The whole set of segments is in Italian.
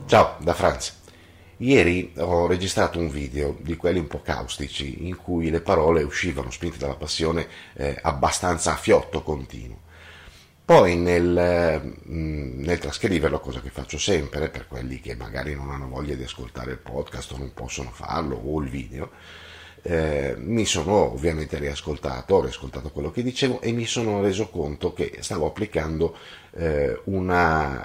Ciao, da Franz. Ieri ho registrato un video di quelli un po' caustici, in cui le parole uscivano spinte dalla passione abbastanza a fiotto continuo. Poi nel trascriverlo, cosa che faccio sempre per quelli che magari non hanno voglia di ascoltare il podcast o non possono farlo, o il video, mi sono ovviamente ho riascoltato quello che dicevo e mi sono reso conto che stavo applicando una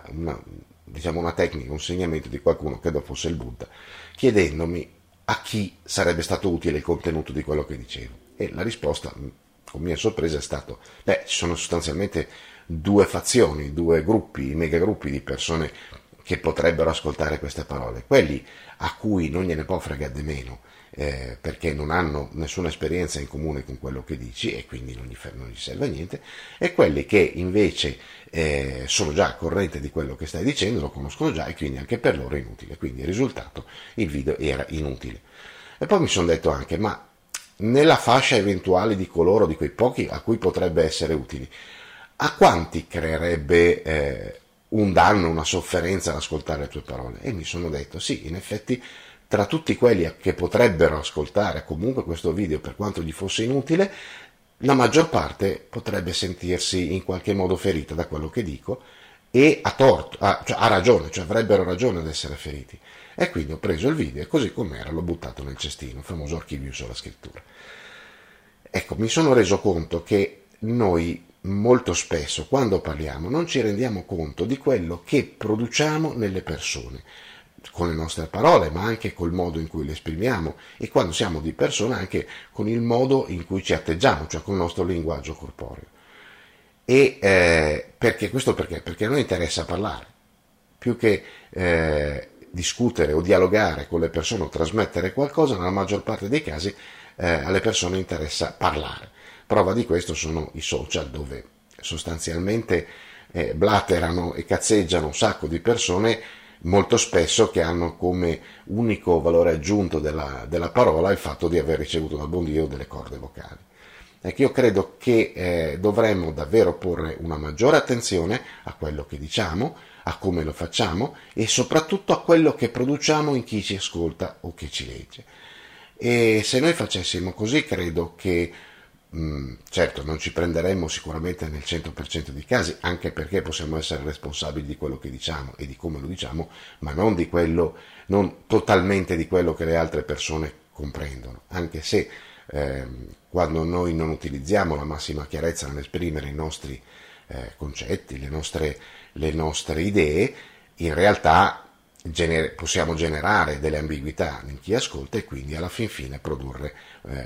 tecnica, un insegnamento di qualcuno, credo fosse il Buddha, chiedendomi a chi sarebbe stato utile il contenuto di quello che dicevo. E la risposta, con mia sorpresa, è stato: ci sono sostanzialmente due fazioni, due gruppi, megagruppi di persone che potrebbero ascoltare queste parole, quelli a cui non gliene può fregare di meno, perché non hanno nessuna esperienza in comune con quello che dici e quindi non gli serve a niente, e quelli che invece sono già al corrente di quello che stai dicendo, lo conoscono già e quindi anche per loro è inutile. Quindi il risultato, il video era inutile. E poi mi sono detto anche: ma nella fascia eventuale di coloro, di quei pochi a cui potrebbe essere utile, a quanti creerebbe un danno, una sofferenza ad ascoltare le tue parole? E mi sono detto: sì, in effetti, tra tutti quelli che potrebbero ascoltare comunque questo video, per quanto gli fosse inutile, la maggior parte potrebbe sentirsi in qualche modo ferita da quello che dico, e ha ragione, cioè avrebbero ragione ad essere feriti. E quindi ho preso il video e così com'era l'ho buttato nel cestino, il famoso archivio sulla scrittura. Ecco, mi sono reso conto che noi molto spesso, quando parliamo, non ci rendiamo conto di quello che produciamo nelle persone, con le nostre parole, ma anche col modo in cui le esprimiamo, e quando siamo di persona anche con il modo in cui ci atteggiamo, cioè con il nostro linguaggio corporeo. E perché questo perché? Perché a noi interessa parlare, più che discutere o dialogare con le persone o trasmettere qualcosa. Nella maggior parte dei casi alle persone interessa parlare. Prova di questo sono i social, dove sostanzialmente blaterano e cazzeggiano un sacco di persone, molto spesso che hanno come unico valore aggiunto della parola il fatto di aver ricevuto dal buon Dio delle corde vocali. Ecco, io credo che dovremmo davvero porre una maggiore attenzione a quello che diciamo, a come lo facciamo e soprattutto a quello che produciamo in chi ci ascolta o che ci legge. E se noi facessimo così, credo che certo non ci prenderemmo sicuramente nel 100% dei casi, anche perché possiamo essere responsabili di quello che diciamo e di come lo diciamo, ma non totalmente di quello che le altre persone comprendono, anche se quando noi non utilizziamo la massima chiarezza nell'esprimere i nostri concetti, le nostre idee, in realtà possiamo generare delle ambiguità in chi ascolta e quindi alla fin fine produrre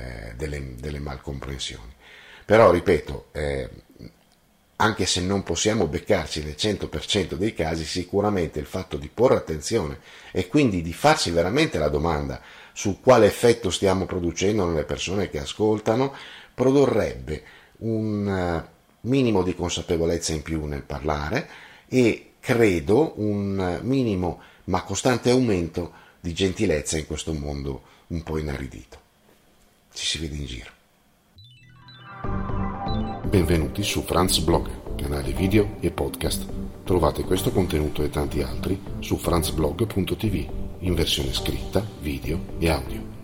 delle malcomprensioni. Però, ripeto, anche se non possiamo beccarci nel 100% dei casi, sicuramente il fatto di porre attenzione e quindi di farsi veramente la domanda su quale effetto stiamo producendo nelle persone che ascoltano produrrebbe un minimo di consapevolezza in più nel parlare e credo un minimo ma costante aumento di gentilezza in questo mondo un po' inaridito. Ci si vede in giro. Benvenuti su Franz Blog, canale video e podcast. Trovate questo contenuto e tanti altri su franzblog.tv in versione scritta, video e audio.